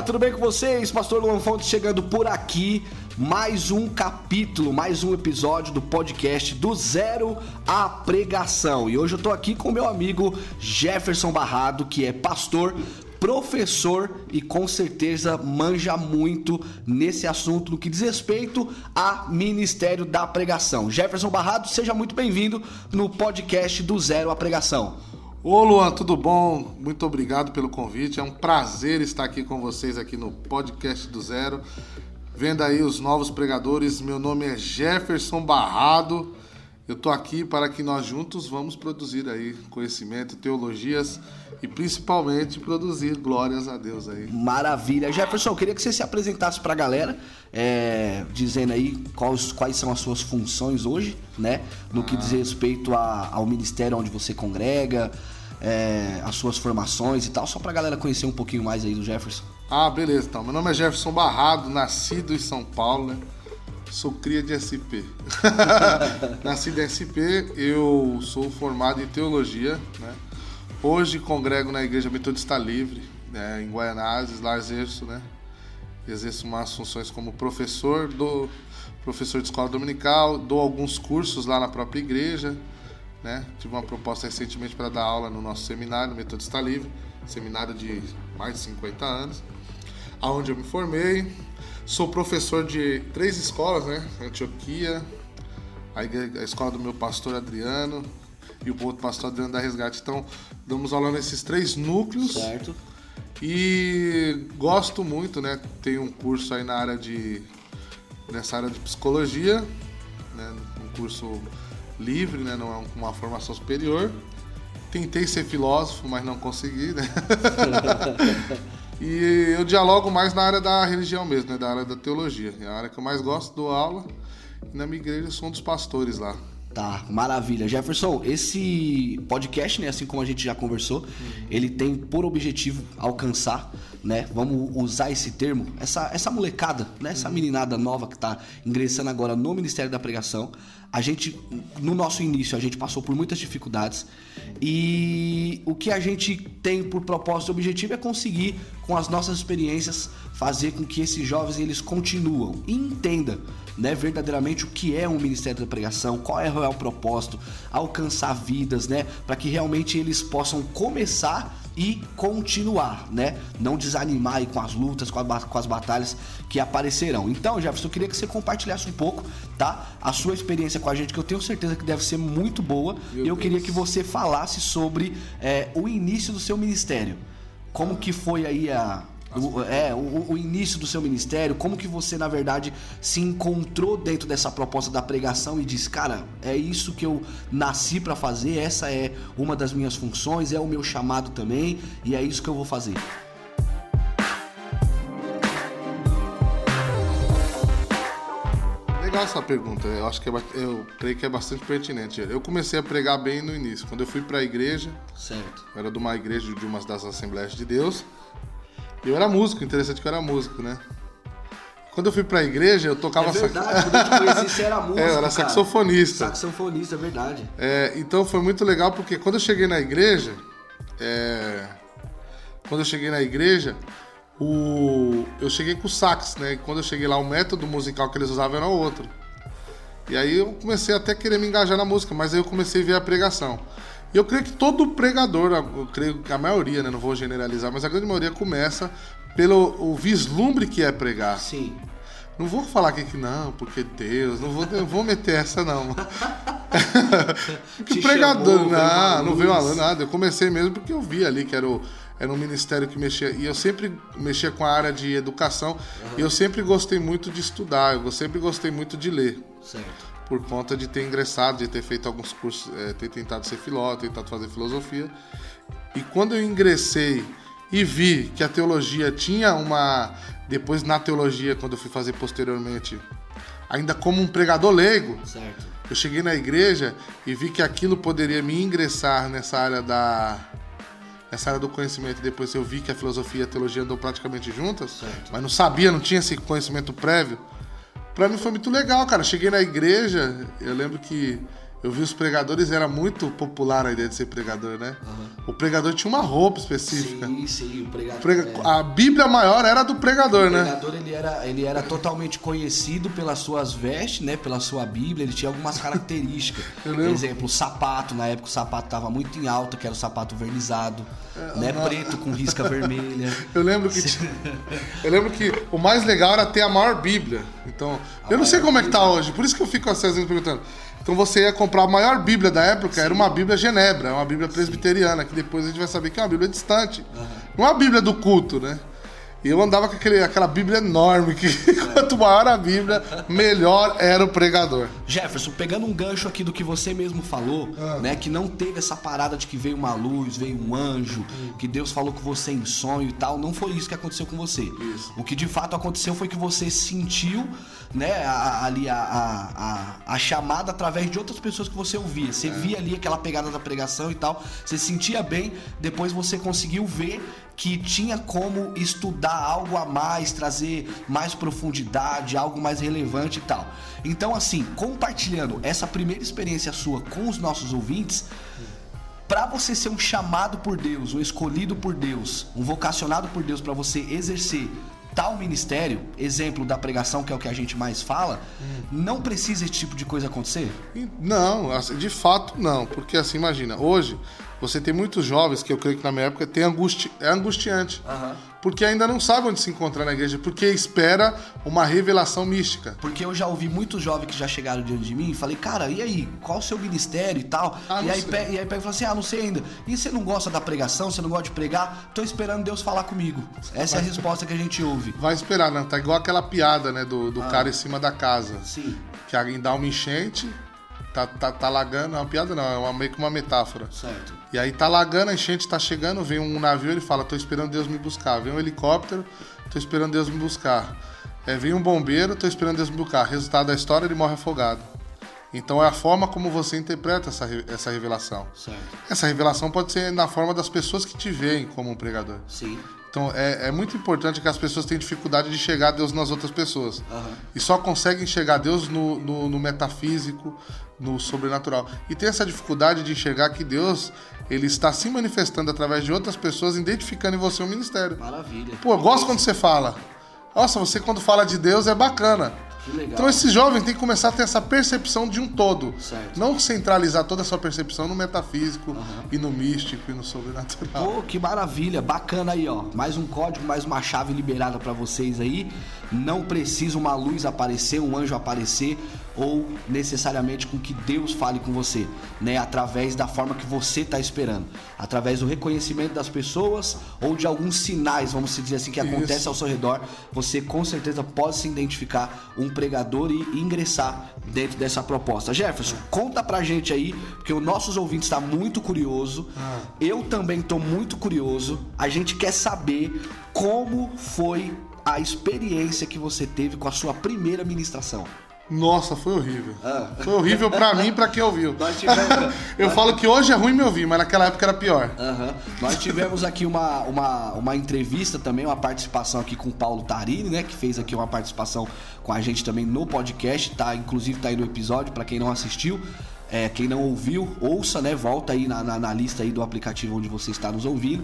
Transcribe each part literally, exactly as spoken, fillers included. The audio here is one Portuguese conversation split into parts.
tudo bem com vocês? Pastor Luan Fontes chegando por aqui. Mais um capítulo, mais um episódio do podcast Do Zero à Pregação. E hoje eu tô aqui com meu amigo Jefferson Barrado, que é pastor, professor e com certeza manja muito nesse assunto no que diz respeito a Ministério da Pregação. Jefferson Barrado, seja muito bem-vindo no podcast Do Zero à Pregação. Ô Luan, tudo bom? Muito obrigado pelo convite. É um prazer estar aqui com vocês aqui no podcast do Zero. Vendo aí os novos pregadores. Meu nome é Jefferson Barrado. Eu tô aqui para que nós juntos vamos produzir aí conhecimento, teologias e principalmente produzir glórias a Deus aí. Maravilha. Jefferson, eu queria que você se apresentasse para a galera, é, dizendo aí quais, quais são as suas funções hoje, né? No ah. que diz respeito a, ao ministério onde você congrega, é, as suas formações e tal, só para a galera conhecer um pouquinho mais aí do Jefferson. Ah, beleza. Então, meu nome é Jefferson Barrado, nascido em São Paulo, né? Sou cria de S P. Nascido em S P, eu sou formado em teologia, né? Hoje congrego na Igreja Metodista Livre, né, em Guaianazes, lá exerço, né? Exerço umas funções como professor, dou, professor de escola dominical, dou alguns cursos lá na própria igreja, né? Tive uma proposta recentemente para dar aula no nosso seminário, Metodista Livre, seminário de mais de cinquenta anos, aonde eu me formei. Sou professor de três escolas, né? Antioquia, a, igreja, a escola do meu pastor Adriano e o outro pastor Adriano da Resgate. Então, damos aula nesses três núcleos. Certo. E gosto muito, né? Tenho um curso aí na área de... nessa área de psicologia, né? Um curso livre, né? Não é uma formação superior. Tentei ser filósofo, mas não consegui, né? E eu dialogo mais na área da religião mesmo, né? Da área da teologia. É a área que eu mais gosto, dou aula. E na minha igreja eu sou um dos pastores lá. Tá, maravilha. Jefferson, esse podcast, né, assim como a gente já conversou, uhum. ele tem por objetivo alcançar, né, vamos usar esse termo, essa, essa molecada, né, essa uhum. meninada nova que tá ingressando agora no Ministério da Pregação. A gente, no nosso início, a gente passou por muitas dificuldades e o que a gente tem por propósito e objetivo é conseguir, com as nossas experiências, fazer com que esses jovens eles continuam e entendam, né, verdadeiramente o que é um Ministério da Pregação, qual é o real propósito, alcançar vidas, né, para que realmente eles possam começar e continuar, né? Não desanimar aí com as lutas, com, a, com as batalhas que aparecerão. Então, Jefferson, eu queria que você compartilhasse um pouco, tá? A sua experiência com a gente, que eu tenho certeza que deve ser muito boa. Meu eu Deus. Queria que você falasse sobre é, o início do seu ministério. Como que foi aí a... O, é, o, o início do seu ministério, como que você, na verdade, se encontrou dentro dessa proposta da pregação e disse, cara, é isso que eu nasci para fazer, essa é uma das minhas funções, é o meu chamado também, e é isso que eu vou fazer. Legal essa pergunta, eu acho que é, eu creio que é bastante pertinente. Eu comecei a pregar bem no início, quando eu fui para a igreja, certo. Eu era de uma igreja de uma das Assembleias de Deus. Eu era músico, interessante que eu era músico, né? Quando eu fui pra igreja, eu tocava... É verdade, sax... quando eu te conheci, você era músico, é, eu era cara. saxofonista. Saxofonista, é verdade. É, então foi muito legal, porque quando eu cheguei na igreja, é... quando eu cheguei na igreja, o... eu cheguei com o sax, né? E quando eu cheguei lá, o método musical que eles usavam era outro. E aí eu comecei até a querer me engajar na música, mas aí eu comecei a ver a pregação. E eu creio que todo pregador, eu creio que a maioria, né, não vou generalizar, mas a grande maioria começa pelo o vislumbre que é pregar. Sim. Não vou falar aqui que não, porque Deus, não vou, não vou meter essa não. Que pregador, chamou, não, não veio falando nada. Eu comecei mesmo porque eu vi ali que era, o, era um ministério que mexia, e eu sempre mexia com a área de educação, uhum. e eu sempre gostei muito de estudar, eu sempre gostei muito de ler. Certo. Por conta de ter ingressado, de ter feito alguns cursos, é, ter tentado ser filósofo, tentado fazer filosofia. E quando eu ingressei e vi que a teologia tinha uma... Depois, na teologia, quando eu fui fazer posteriormente, ainda como um pregador leigo, certo. Eu cheguei na igreja e vi que aquilo poderia me ingressar nessa área da... Nessa área do conhecimento. Depois eu vi que a filosofia e a teologia andam praticamente juntas, certo. Mas não sabia, não tinha esse conhecimento prévio. Pra mim foi muito legal, cara. Cheguei na igreja, eu lembro que eu vi os pregadores, era muito popular a ideia de ser pregador, né? Uhum. O pregador tinha uma roupa específica. Sim, sim, o pregador. Prega... É. A Bíblia maior era do pregador, né? O pregador, né? ele, era, ele era totalmente conhecido pelas suas vestes, né? Pela sua Bíblia, ele tinha algumas características. Por exemplo, o sapato, na época o sapato estava muito em alta, que era o sapato vernizado, é, né? Não... Preto com risca vermelha. Eu lembro que eu lembro que o mais legal era ter a maior Bíblia. Então, a eu não sei como Bíblia. É que tá hoje, por isso que eu fico às vezes perguntando. Então você ia comprar a maior Bíblia da época, Sim. era uma Bíblia Genebra, uma Bíblia presbiteriana, Sim. que depois a gente vai saber que é uma Bíblia distante. Uhum. Não é uma Bíblia do culto, né? E eu andava com aquele, aquela Bíblia enorme, que quanto maior a Bíblia, melhor era o pregador. Jefferson, pegando um gancho aqui do que você mesmo falou, ah. né, que não teve essa parada de que veio uma luz, veio um anjo, hum. que Deus falou com você em sonho e tal, não foi isso que aconteceu com você. Isso. O que de fato aconteceu foi que você sentiu, né, a, ali a, a, a, a chamada através de outras pessoas que você ouvia. Você é. via ali aquela pegada da pregação e tal, você sentia bem, depois você conseguiu ver que tinha como estudar algo a mais, trazer mais profundidade, algo mais relevante e tal. Então, assim, compartilhando essa primeira experiência sua com os nossos ouvintes, para você ser um chamado por Deus, um escolhido por Deus, um vocacionado por Deus para você exercer tal ministério, exemplo da pregação, que é o que a gente mais fala, hum. não precisa esse tipo de coisa acontecer? Não, de fato não, porque assim, imagina, hoje você tem muitos jovens, que eu creio que na minha época tem angusti... é angustiante, uhum. porque ainda não sabe onde se encontrar na igreja, porque espera uma revelação mística. Porque eu já ouvi muitos jovens que já chegaram diante de mim e falei, cara, e aí, qual o seu ministério e tal? Ah, e, aí, pe... e aí pega e fala assim, ah, não sei ainda. E você não gosta da pregação, você não gosta de pregar? Tô esperando Deus falar comigo. Essa Vai... é a resposta que a gente ouve. Vai esperar, não, tá igual aquela piada, né, do, do ah. cara em cima da casa. Sim. Que alguém dá uma enchente... Tá, tá, tá lagando, é uma piada não, é uma, meio que uma metáfora. Certo. E aí tá lagando, a enchente tá chegando, vem um navio, ele fala, tô esperando Deus me buscar. Vem um helicóptero, tô esperando Deus me buscar. É, vem um bombeiro, tô esperando Deus me buscar. Resultado da história, ele morre afogado. Então é a forma como você interpreta essa, essa revelação. Certo. Essa revelação pode ser na forma das pessoas que te veem como um pregador. Sim. Então é, é muito importante que as pessoas tenham dificuldade de enxergar Deus nas outras pessoas. Uhum. E só conseguem enxergar Deus no, no, no metafísico, no sobrenatural. E tem essa dificuldade de enxergar que Deus, ele está se manifestando através de outras pessoas, identificando em você um ministério. Maravilha. Pô, eu gosto quando você fala. Nossa, você quando fala de Deus é bacana. Que legal. Então esse jovem tem que começar a ter essa percepção de um todo. Certo. Não centralizar toda a sua percepção no metafísico, uhum. e no místico e no sobrenatural. Pô, que maravilha, bacana aí, ó. Mais um código, mais uma chave liberada para vocês aí. Não precisa uma luz aparecer, um anjo aparecer, ou necessariamente com que Deus fale com você, né? Através da forma que você está esperando, através do reconhecimento das pessoas ou de alguns sinais, vamos dizer assim, que acontecem ao seu redor, você com certeza pode se identificar um pregador e ingressar dentro dessa proposta. Jefferson, conta pra gente aí, porque os nossos ouvintes estão muito curiosos, ah. eu também estou muito curioso, a gente quer saber como foi a experiência que você teve com a sua primeira ministração. Nossa, foi horrível. Ah. Foi horrível pra mim e pra quem ouviu. Nós tivemos... Eu falo que hoje é ruim me ouvir, mas naquela época era pior. Uhum. Nós tivemos aqui uma, uma, uma entrevista também, uma participação aqui com o Paulo Tarini, né? Que fez aqui uma participação com a gente também no podcast, tá? Inclusive tá aí no episódio, pra quem não assistiu. É, quem não ouviu, ouça, né? Volta aí na, na, na lista aí do aplicativo onde você está nos ouvindo.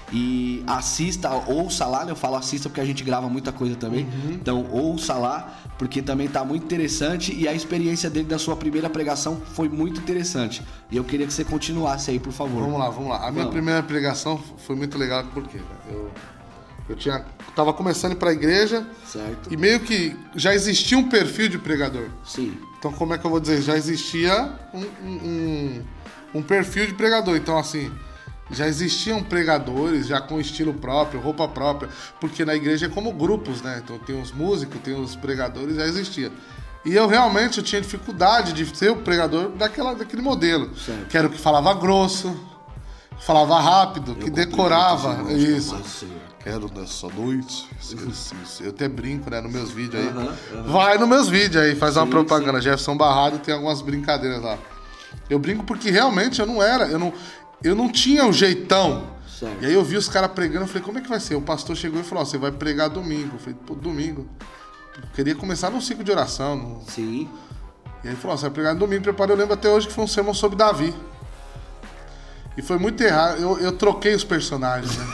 E assista, ouça lá, né? Eu falo assista porque a gente grava muita coisa também. Uhum. Então ouça lá, porque também tá muito interessante. E a experiência dele da sua primeira pregação foi muito interessante. E eu queria que você continuasse aí, por favor. Vamos lá, vamos lá. A minha vamos. primeira pregação foi muito legal, porque eu, eu tinha, tava começando a ir pra igreja. Certo. E meio que já existia um perfil de pregador. Sim. Então como é que eu vou dizer? Já existia um, um, um perfil de pregador. Então assim... Já existiam pregadores, já com estilo próprio, roupa própria, porque na igreja é como grupos, né? Então tem os músicos, tem os pregadores, já existia. E eu realmente eu tinha dificuldade de ser o pregador daquela, daquele modelo. Certo. Que era o que falava grosso, falava rápido, eu que decorava. Isso. Quero nessa noite. Eu até brinco, né, nos meus vídeos aí. Uhum, uhum. Vai nos meus vídeos aí, faz sim, uma propaganda. Sim. Jefferson Barrado tem algumas brincadeiras lá. Eu brinco porque realmente eu não era, eu não... Eu não tinha o jeitão. Certo. E aí eu vi os caras pregando, eu falei, como é que vai ser? O pastor chegou e falou, ó, você vai pregar domingo. Eu falei, pô, domingo? Eu queria começar num ciclo de oração. No... Sim. E aí ele falou, você vai pregar no domingo, preparei. Eu lembro até hoje que foi um sermão sobre Davi. E foi muito errado. Eu, eu troquei os personagens, né?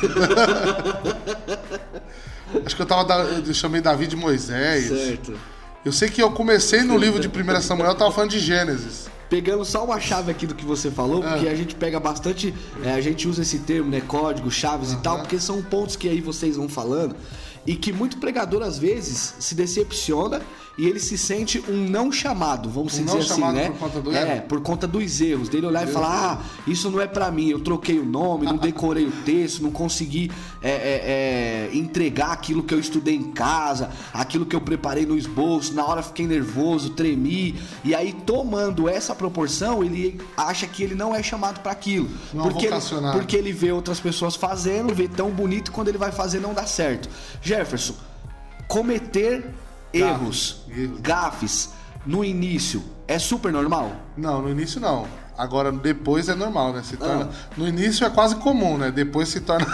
Acho que eu tava. Eu chamei Davi de Moisés. Certo. Eu sei que eu comecei no livro de primeira Samuel, eu tava falando de Gênesis. Pegando só uma chave aqui do que você falou, porque ah. a gente pega bastante, é, a gente usa esse termo, né, código, chaves uhum. e tal, porque são pontos que aí vocês vão falando e que muito pregador às vezes se decepciona e ele se sente um não chamado, vamos um dizer assim, né? Por conta do é, erro. por conta dos erros, dele olhar Deus e falar, Deus. ah, isso não é pra mim, eu troquei o nome, não decorei o texto, não consegui é, é, é, entregar aquilo que eu estudei em casa, aquilo que eu preparei no esboço, na hora fiquei nervoso, tremi, e aí tomando essa proporção, ele acha que ele não é chamado pra aquilo. Não porque, ele, vocacionado. porque ele vê outras pessoas fazendo, vê tão bonito, quando ele vai fazer não dá certo. Jefferson, cometer erros, erros, gafes, no início, é super normal? Não, no início não. Agora, depois é normal, né? Se torna... Ah. No início é quase comum, né? Depois se torna...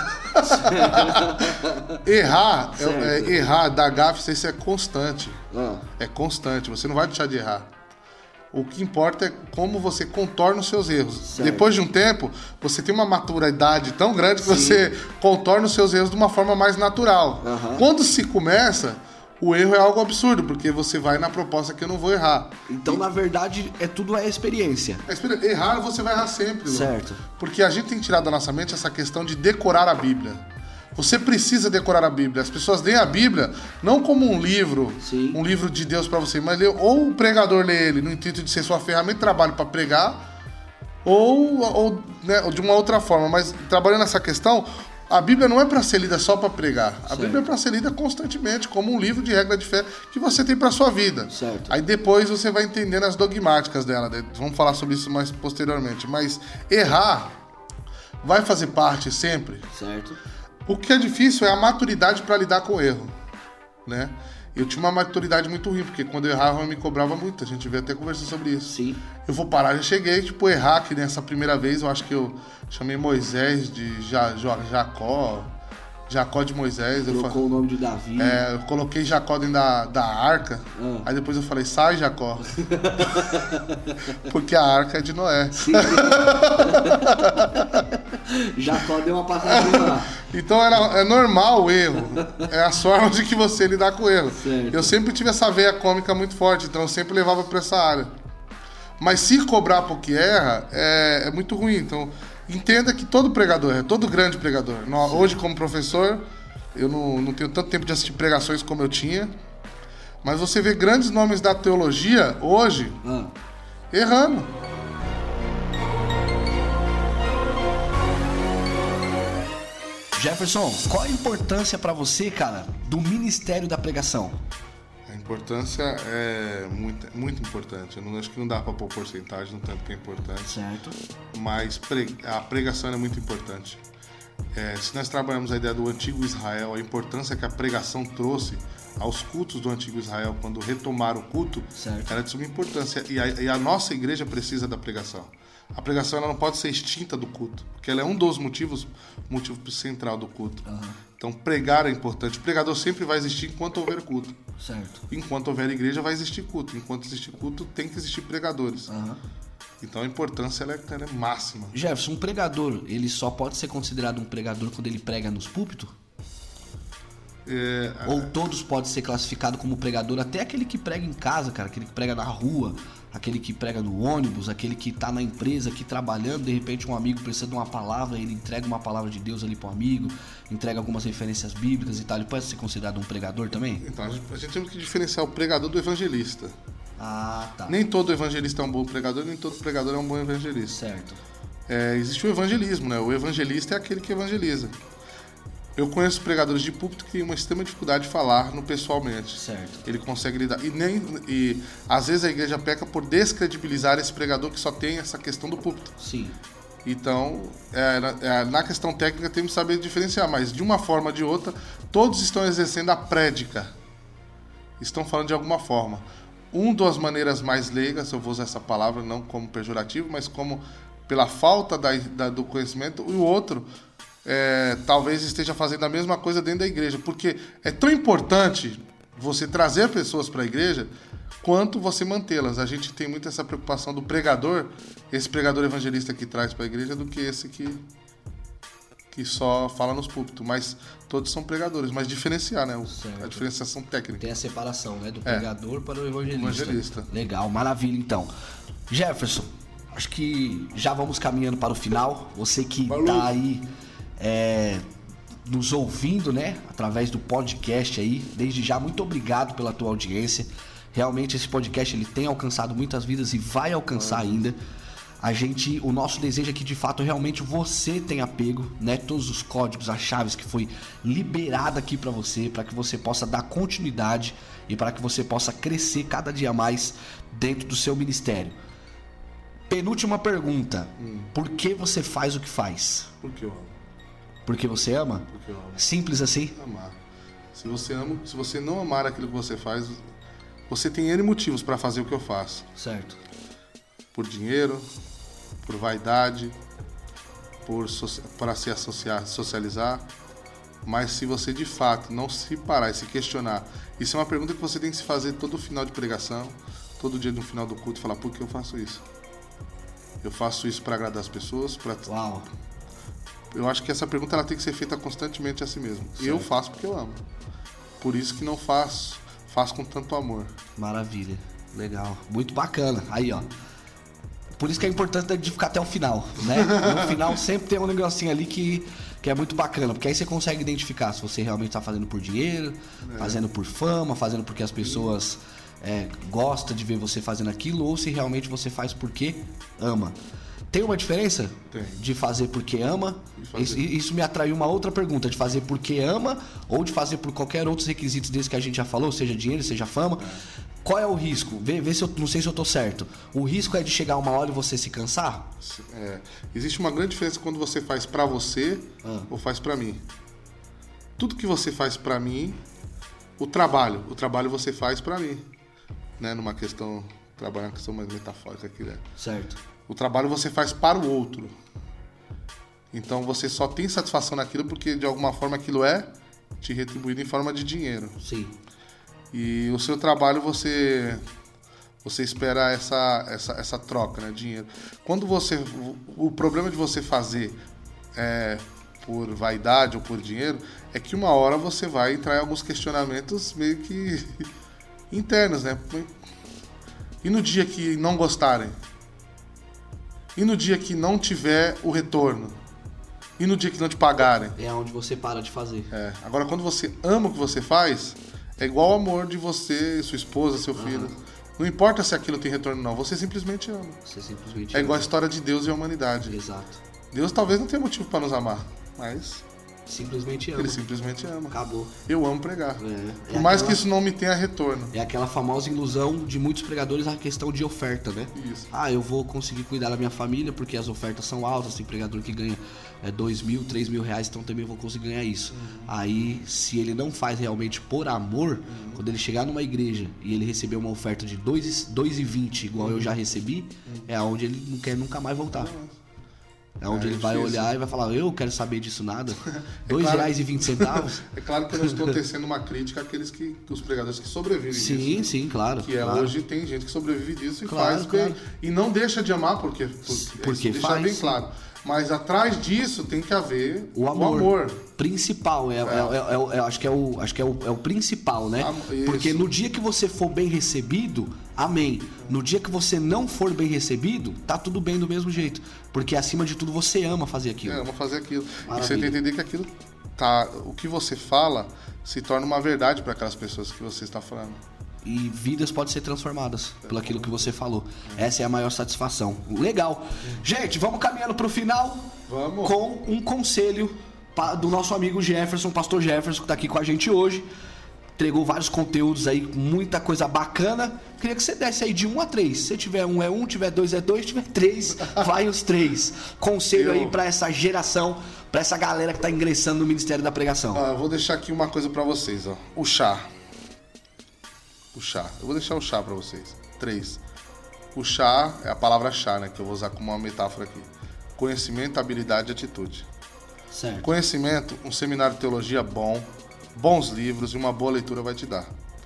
errar, é, é, errar, dar gafe, isso é constante. Ah. É constante, você não vai deixar de errar. O que importa é como você contorna os seus erros. Certo. Depois de um tempo, você tem uma maturidade tão grande que Sim. você contorna os seus erros de uma forma mais natural. Uhum. Quando se começa, o erro é algo absurdo, porque você vai na proposta que eu não vou errar. Então, e... na verdade, é tudo é experiência. É, errar, você vai errar sempre. Certo. Lu. Porque a gente tem que tirar da nossa mente essa questão de decorar a Bíblia. Você precisa decorar a Bíblia. As pessoas leem a Bíblia não como um livro, Sim. um livro de Deus para você, mas lê, ou o pregador lê ele no intuito de ser sua ferramenta de trabalho para pregar, ou, ou, né, de uma outra forma. Mas trabalhando nessa questão, a Bíblia não é para ser lida só para pregar. A certo. Bíblia é para ser lida constantemente, como um livro de regra de fé que você tem para sua vida. Certo. Aí depois você vai entendendo as dogmáticas dela. Vamos falar sobre isso mais posteriormente. Mas errar vai fazer parte sempre. Certo. O que é difícil é a maturidade para lidar com o erro, né? Eu tinha uma maturidade muito ruim, porque quando eu errava eu me cobrava muito. A gente veio até conversar sobre isso. Sim. Eu vou parar, já cheguei, tipo, errar, que nessa primeira vez eu acho que eu chamei Moisés de ja, ja, Jacó, Jacó de Moisés. Colocou eu fa... o nome de Davi. É, eu coloquei Jacó dentro da, da arca, ah. aí depois eu falei, sai Jacó. Porque a arca é de Noé. Sim. Jacó deu uma passadinha lá. Então era, é normal o erro. É as formas de que você lidar com o erro. Certo. Eu sempre tive essa veia cômica muito forte, então eu sempre levava para essa área. Mas se cobrar porque erra, é, é muito ruim. Então, entenda que todo pregador erra, todo grande pregador. Sim. Hoje, como professor, eu não, não tenho tanto tempo de assistir pregações como eu tinha. Mas você vê grandes nomes da teologia hoje ah. errando. Jefferson, qual a importância pra você, cara, do ministério da pregação? A importância é muito, muito importante. Eu não, acho que não dá pra pôr porcentagem no tanto que é importante. Certo. Mas pre, a pregação é muito importante. É, se nós trabalhamos a ideia do antigo Israel, a importância que a pregação trouxe aos cultos do antigo Israel, quando retomaram o culto, certo. era de suma importância. E a, e a nossa igreja precisa da pregação. A pregação ela não pode ser extinta do culto, porque ela é um dos motivos, motivo central do culto. Uhum. Então, pregar é importante. O pregador sempre vai existir enquanto houver culto. Certo. Enquanto houver igreja, vai existir culto. Enquanto existir culto, tem que existir pregadores. Uhum. Então, a importância ela é, ela é máxima. Jefferson, um pregador, ele só pode ser considerado um pregador quando ele prega nos púlpitos? É, Ou é... todos podem ser classificados como pregador, até aquele que prega em casa, cara, aquele que prega na rua, aquele que prega no ônibus, aquele que tá na empresa aqui trabalhando, de repente um amigo precisa de uma palavra, ele entrega uma palavra de Deus ali pro amigo, entrega algumas referências bíblicas e tal, ele pode ser considerado um pregador também? Então, a gente, a gente tem que diferenciar o pregador do evangelista. Ah, tá. Nem todo evangelista é um bom pregador, nem todo pregador é um bom evangelista. Certo. É, existe o evangelismo, né? O evangelista é aquele que evangeliza. Eu conheço pregadores de púlpito que têm uma extrema dificuldade de falar no pessoalmente. Certo. Ele consegue lidar. E, nem, e às vezes a igreja peca por descredibilizar esse pregador que só tem essa questão do púlpito. Sim. Então, é, é, na questão técnica temos que saber diferenciar, mas de uma forma ou de outra, todos estão exercendo a prédica. Estão falando de alguma forma. Um das maneiras mais leigas, eu vou usar essa palavra não como pejorativo, mas como pela falta da, da, do conhecimento, e o outro é, talvez esteja fazendo a mesma coisa dentro da igreja, porque é tão importante você trazer pessoas para a igreja quanto você mantê-las. A gente tem muito essa preocupação do pregador, esse pregador evangelista que traz para a igreja, do que esse que, que só fala nos púlpitos. Mas todos são pregadores, mas diferenciar, né? O, a diferenciação técnica. Tem a separação, né? Do pregador é. para o evangelista. evangelista. Legal, maravilha, então. Jefferson, acho que já vamos caminhando para o final. Você que está aí é, nos ouvindo, né? Através do podcast aí. Desde já, muito obrigado pela tua audiência. Realmente esse podcast ele tem alcançado muitas vidas e vai alcançar ainda. A gente, o nosso desejo é que de fato realmente você tenha pego, né, todos os códigos, as chaves que foi liberada aqui para você, para que você possa dar continuidade e para que você possa crescer cada dia mais dentro do seu ministério. Penúltima pergunta: hum. por que você faz o que faz? Porque eu amo. Porque você ama? Porque eu amo. Simples assim? Amar. Se você ama, se você não amar aquilo que você faz, você tem N motivos para fazer o que eu faço. Certo. Por dinheiro, por vaidade, por para se associar, socializar. Mas se você de fato não se parar e se questionar, isso é uma pergunta que você tem que se fazer todo final de pregação, todo dia no final do culto, falar: por que eu faço isso? Eu faço isso para agradar as pessoas? Pra... Uau! Eu acho que essa pergunta ela tem que ser feita constantemente a si mesmo. Certo. Eu faço porque eu amo. Por isso que não faço, faço com tanto amor. Maravilha. Legal. Muito bacana. Aí, ó. Por isso que é importante de ficar até o final, né? No final sempre tem um negocinho ali que, que é muito bacana, porque aí você consegue identificar se você realmente está fazendo por dinheiro, é. fazendo por fama, fazendo porque as pessoas é, gostam de ver você fazendo aquilo, ou se realmente você faz porque ama. Tem uma diferença Tem. de fazer porque ama? Isso, isso me atraiu uma outra pergunta, de fazer porque ama ou de fazer por qualquer outros requisitos desses que a gente já falou, seja dinheiro, seja fama. É. Qual é o risco? Vê, vê se eu não sei se eu tô certo. O risco é de chegar uma hora e você se cansar? É, existe uma grande diferença quando você faz pra você ah. ou faz pra mim. Tudo que você faz pra mim, o trabalho, o trabalho você faz pra mim, né? Numa questão, trabalho é uma questão mais metafórica aqui, né? Certo. O trabalho você faz para o outro. Então você só tem satisfação naquilo porque de alguma forma aquilo é te retribuído em forma de dinheiro. Sim. E o seu trabalho você você espera essa, essa, essa troca, né? Dinheiro. Quando você o, o problema de você fazer é, por vaidade ou por dinheiro é que uma hora você vai entrar em alguns questionamentos meio que internos, né? E no dia que não gostarem? E no dia que não tiver o retorno? E no dia que não te pagarem? É onde você para de fazer. É. Agora, quando você ama o que você faz, é igual o amor de você, sua esposa, seu filho. Uhum. Não importa se aquilo tem retorno ou não, você simplesmente ama. Você simplesmente é igual ama. A história de Deus e a humanidade. Exato. Deus talvez não tenha motivo para nos amar, mas... simplesmente ama. Ele simplesmente ama. Acabou. Eu amo pregar. É. Por é mais aquela... que isso não me tenha retorno. É aquela famosa ilusão de muitos pregadores a questão de oferta, né? Isso. Ah, eu vou conseguir cuidar da minha família porque as ofertas são altas. Tem pregador que ganha é, dois mil, três mil reais, então também vou conseguir ganhar isso. Uhum. Aí, se ele não faz realmente por amor, uhum. quando ele chegar numa igreja e ele receber uma oferta de dois e vinte, igual uhum. eu já recebi, uhum. é onde ele não quer nunca mais voltar. Uhum. É onde é, ele vai difícil. olhar e vai falar: eu quero saber disso nada. Dois claro, reais e vinte centavos. É claro que eu não estou tecendo uma crítica àqueles que, os pregadores que sobrevivem sim, disso. Sim, sim, claro. Que é, claro. hoje tem gente que sobrevive disso e claro, faz claro. bem. E não deixa de amar porque, porque, porque deixar faz, bem sim. claro. Mas atrás disso tem que haver o amor. O amor. Principal, é, é. É, é, é, acho que, é o, acho que é, o, é o principal, né? Ah, porque no dia que você for bem recebido, amém. No dia que você não for bem recebido, tá tudo bem do mesmo jeito. Porque acima de tudo você ama fazer aquilo. É, ama fazer aquilo. Maravilha. E você tem que entender que aquilo tá. O que você fala se torna uma verdade para aquelas pessoas que você está falando. E vidas podem ser transformadas é. pelo aquilo que você falou. É. Essa é a maior satisfação. Legal. É. Gente, vamos caminhando pro final vamos. com um conselho do nosso amigo Jefferson, pastor Jefferson, que está aqui com a gente hoje. Entregou vários conteúdos aí, muita coisa bacana. Queria que você desse aí de um a três. Se tiver um é um, tiver dois é dois, tiver três, vai os três. Conselho eu... aí para essa geração, para essa galera que está ingressando no Ministério da Pregação. Ah, eu vou deixar aqui uma coisa para vocês, ó. O chá. O chá. Eu vou deixar o chá para vocês. Três. O chá é a palavra chá, né? Que eu vou usar como uma metáfora aqui. Conhecimento, habilidade e atitude. Certo. Conhecimento, um seminário de teologia bom, bons livros e uma boa leitura vai te dar.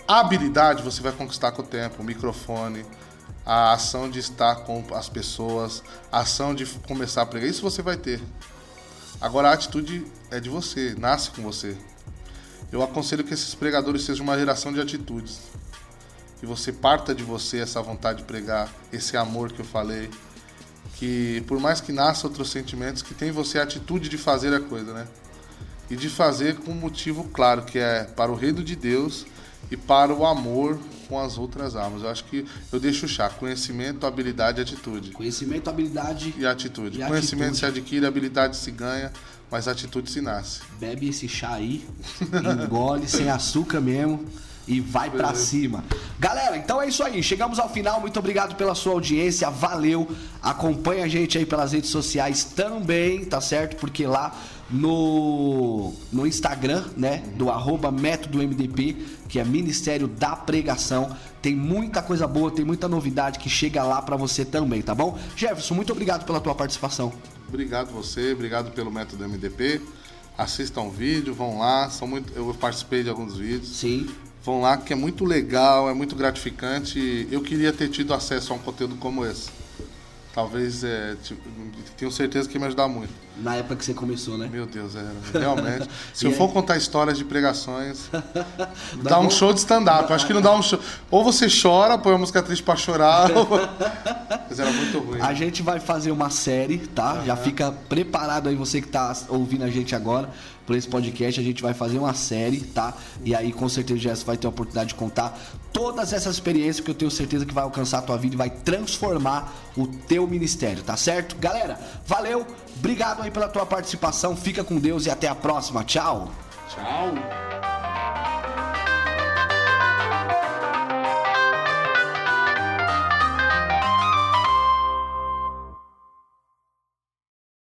A habilidade você vai conquistar com o tempo, o microfone, a ação de estar com as pessoas, a ação de começar a pregar, isso você vai ter. Agora a atitude é de você, nasce com você. Eu aconselho que esses pregadores sejam uma geração de atitudes. Que você parta de você essa vontade de pregar, esse amor que eu falei. Que por mais que nasça outros sentimentos, que tem em você a atitude de fazer a coisa, né? E de fazer com um motivo claro, que é para o reino de Deus e para o amor com as outras almas. Eu acho que eu deixo o chá. Conhecimento, habilidade e atitude. Conhecimento, habilidade e atitude. E Conhecimento atitude. se adquire, habilidade se ganha, mas atitude se nasce. Bebe esse chá aí, engole sem açúcar mesmo e vai pra cima. Galera, então é isso aí. Chegamos ao final. Muito obrigado pela sua audiência. Valeu. Acompanha a gente aí pelas redes sociais também, tá certo? Porque lá no, no Instagram, né, do arroba método M D P, que é Ministério da Pregação, tem muita coisa boa, tem muita novidade que chega lá pra você também, tá bom? Jefferson, muito obrigado pela tua participação. Obrigado você, obrigado pelo método M D P. Assistam o vídeo, vão lá. São muito, eu participei de alguns vídeos. Sim. Vão lá, que é muito legal, é muito gratificante. Eu queria ter tido acesso a um conteúdo como esse. Talvez, é, tipo, tenho certeza que ia me ajudar muito. Na época que você começou, né? Meu Deus, era, realmente. Se E eu é? for contar histórias de pregações, dá um show de stand-up. Acho que não dá um show. Ou você chora, põe uma música triste pra chorar, ou... mas era muito ruim. A gente vai fazer uma série, tá? Uhum. Já fica preparado aí, você que tá ouvindo a gente agora, por esse podcast. A gente vai fazer uma série, tá? E aí, com certeza, o Gerson vai ter a oportunidade de contar todas essas experiências, que eu tenho certeza que vai alcançar a tua vida e vai transformar o teu ministério, tá certo? Galera, valeu! Obrigado aí pela tua participação. Fica com Deus e até a próxima. Tchau! Tchau!